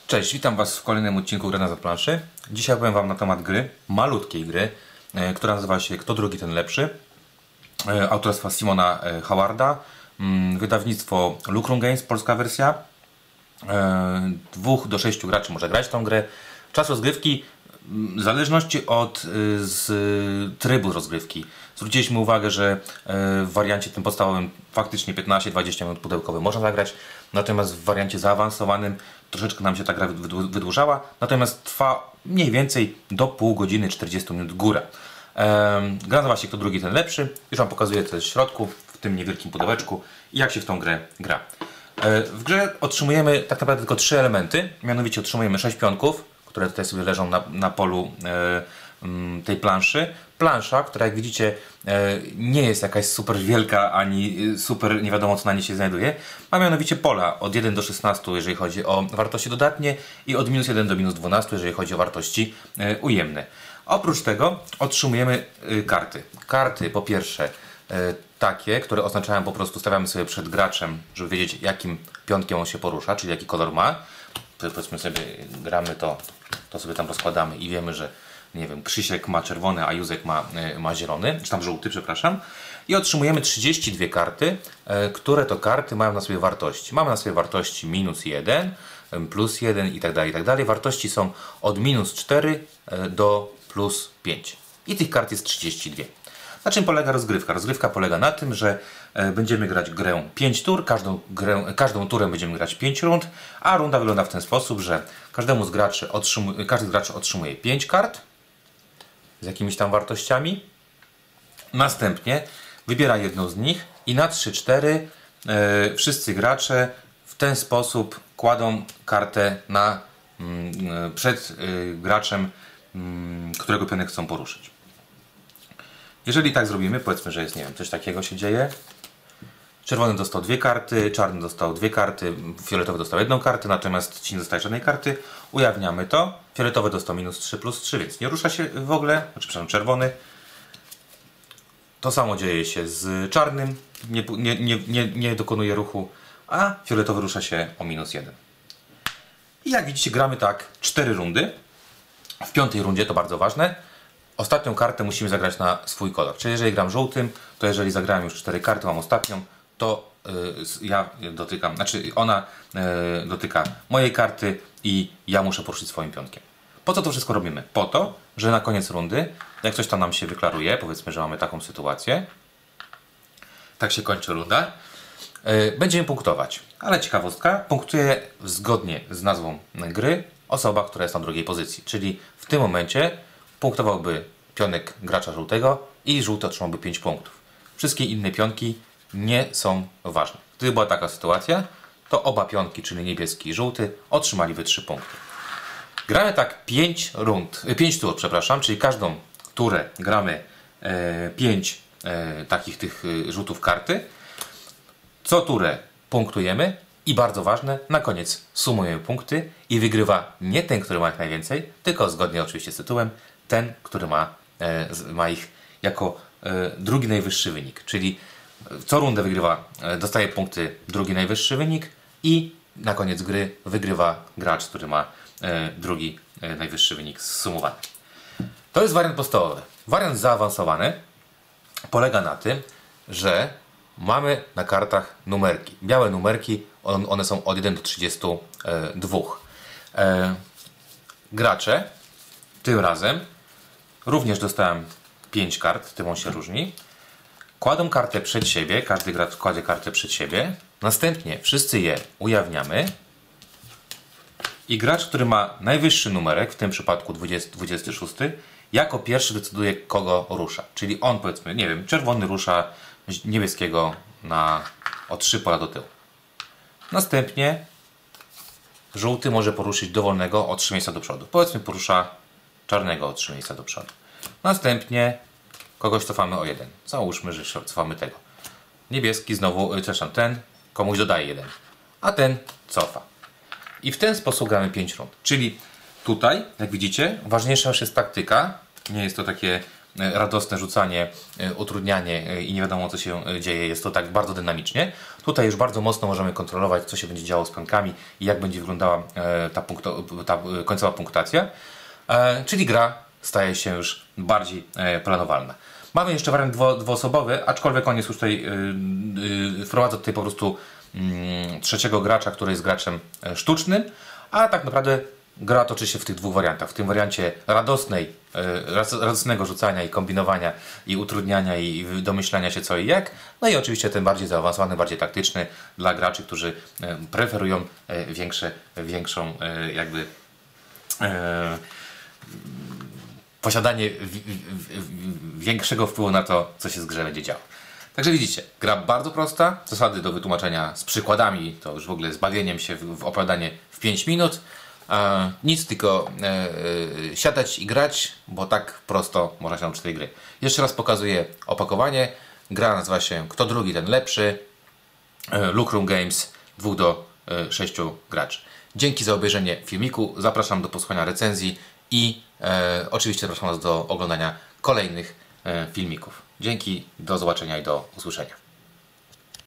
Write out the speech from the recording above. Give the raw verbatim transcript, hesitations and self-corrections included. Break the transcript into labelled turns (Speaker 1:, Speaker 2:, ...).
Speaker 1: Cześć, witam Was w kolejnym odcinku Gry na zaplanszy. Dzisiaj powiem Wam na temat gry, malutkiej gry, e, która nazywa się Kto drugi, ten lepszy. E, autorstwa Simona e, Howarda, mm, wydawnictwo Lucrum Games, polska wersja. E, dwóch do sześciu graczy może grać w tą grę. Czas rozgrywki w zależności od y, z, y, trybu rozgrywki. Zwróciliśmy uwagę, że y, w wariancie tym podstawowym faktycznie piętnaście dwadzieścia minut pudełkowy można zagrać, natomiast w wariancie zaawansowanym troszeczkę nam się ta gra wydłużała, natomiast trwa mniej więcej do pół godziny, czterdzieści minut góra. Ehm, gra nazywa się Kto drugi, ten lepszy. Już Wam pokazuję, co jest w środku, w tym niewielkim pudełeczku i jak się w tą grę gra. E, w grze otrzymujemy tak naprawdę tylko trzy elementy, mianowicie otrzymujemy sześć pionków, które tutaj sobie leżą na, na polu e, m, tej planszy. Plansza, która jak widzicie e, nie jest jakaś super wielka, ani super nie wiadomo co na niej się znajduje. Ma mianowicie pola od jeden do szesnastu, jeżeli chodzi o wartości dodatnie, i od minus jeden do minus dwunastu, jeżeli chodzi o wartości e, ujemne. Oprócz tego otrzymujemy e, karty. Karty po pierwsze e, takie, które oznaczają po prostu, stawiamy sobie przed graczem, żeby wiedzieć, jakim pionkiem on się porusza, czyli jaki kolor ma. Powiedzmy sobie, gramy to, to sobie tam rozkładamy i wiemy, że nie wiem, Krzysiek ma czerwony, a Józek ma, ma zielony, czy tam żółty, przepraszam. I otrzymujemy trzydzieści dwie karty, e, które to karty mają na sobie wartości. Mamy na sobie wartości minus jeden, plus jeden i tak dalej, i tak dalej. Wartości są od minus cztery do plus pięć. I tych kart jest trzydzieści dwie. Na czym polega rozgrywka? Rozgrywka polega na tym, że e, będziemy grać grę pięć tur, każdą, grę, każdą turę będziemy grać pięć rund, a runda wygląda w ten sposób, że każdemu z graczy otrzymuje, każdy z graczy otrzymuje pięć kart z jakimiś tam wartościami. Następnie wybiera jedną z nich i na trzy cztery e, wszyscy gracze w ten sposób kładą kartę na, mm, przed y, graczem, mm, którego pionek chcą poruszyć. Jeżeli tak zrobimy, powiedzmy, że jest, nie wiem, coś takiego się dzieje. Czerwony dostał dwie karty, czarny dostał dwie karty, fioletowy dostał jedną kartę, natomiast ci nie dostaje żadnej karty. Ujawniamy to. Fioletowy dostał minus trzy plus trzy, więc nie rusza się w ogóle. Znaczy, przepraszam, czerwony. To samo dzieje się z czarnym, nie, nie, nie, nie, nie dokonuje ruchu, a fioletowy rusza się o minus jeden. I jak widzicie, gramy tak cztery rundy. W piątej rundzie, to bardzo ważne, ostatnią kartę musimy zagrać na swój kolor. Czyli jeżeli gram żółtym, to jeżeli zagrałem już cztery karty, mam ostatnią, to yy, ja dotykam, znaczy ona yy, dotyka mojej karty i ja muszę poruszyć swoim pionkiem. Po co to wszystko robimy? Po to, że na koniec rundy, jak coś tam nam się wyklaruje, powiedzmy, że mamy taką sytuację, tak się kończy runda, yy, będziemy punktować. Ale ciekawostka, punktuje zgodnie z nazwą gry osoba, która jest na drugiej pozycji. Czyli w tym momencie punktowałby pionek gracza żółtego i żółty otrzymałby pięć punktów. Wszystkie inne pionki nie są ważne. Gdyby była taka sytuacja, to oba pionki, czyli niebieski i żółty, otrzymaliby trzy punkty. Gramy tak pięć rund, pięć tur, przepraszam, czyli każdą turę gramy e, pięć e, takich tych e, rzutów karty. Co turę punktujemy i bardzo ważne, na koniec sumujemy punkty i wygrywa nie ten, który ma jak najwięcej, tylko zgodnie oczywiście z tytułem, ten, który ma, e, ma ich jako e, drugi najwyższy wynik. Czyli co rundę wygrywa, e, dostaje punkty drugi najwyższy wynik i na koniec gry wygrywa gracz, który ma e, drugi e, najwyższy wynik zsumowany. To jest wariant podstawowy. Wariant zaawansowany polega na tym, że mamy na kartach numerki. Białe numerki, on, one są od jeden do trzydziestu dwóch. E, gracze tym razem również dostałem pięć kart, tym on się różni. Kładą kartę przed siebie, każdy gracz kładzie kartę przed siebie. Następnie wszyscy je ujawniamy. I gracz, który ma najwyższy numerek, w tym przypadku dwudziesty szósty, jako pierwszy decyduje, kogo rusza. Czyli on, powiedzmy, nie wiem, czerwony rusza niebieskiego na o trzy pola do tyłu. Następnie żółty może poruszyć dowolnego o trzy miejsca do przodu. Powiedzmy, porusza czarnego o trzy miejsca do przodu. Następnie kogoś cofamy o jeden. Załóżmy, że cofamy tego. Niebieski znowu, przepraszam, ten komuś dodaje jeden, a ten cofa. I w ten sposób gramy pięć rund. Czyli tutaj, jak widzicie, ważniejsza już jest taktyka. Nie jest to takie radosne rzucanie, utrudnianie i nie wiadomo co się dzieje. Jest to tak bardzo dynamicznie. Tutaj już bardzo mocno możemy kontrolować, co się będzie działo z pionkami i jak będzie wyglądała ta, punkto, ta końcowa punktacja. Czyli gra staje się już bardziej planowalna. Mamy jeszcze wariant dwu, dwuosobowy, aczkolwiek on jest już tutaj, yy, yy, wprowadza tutaj po prostu yy, trzeciego gracza, który jest graczem sztucznym, a tak naprawdę gra toczy się w tych dwóch wariantach. W tym wariancie radosnej, yy, radosnego rzucania i kombinowania i utrudniania i domyślania się co i jak. No i oczywiście ten bardziej zaawansowany, bardziej taktyczny dla graczy, którzy yy, preferują yy, większe, większą yy, jakby yy, posiadanie w, w, w, większego wpływu na to, co się z grze będzie działo. Także widzicie, gra bardzo prosta, zasady do wytłumaczenia z przykładami, to już w ogóle z bawieniem się w, w opowiadanie w pięć minut. E, nic, tylko e, e, siadać i grać, bo tak prosto można się nauczyć tej gry. Jeszcze raz pokazuję opakowanie. Gra nazywa się Kto drugi, ten lepszy. E, Lucrum Games, dwóch do sześciu graczy. Dzięki za obejrzenie filmiku, zapraszam do posłuchania recenzji i e, oczywiście zapraszam Was do oglądania kolejnych e, filmików. Dzięki, do zobaczenia i do usłyszenia.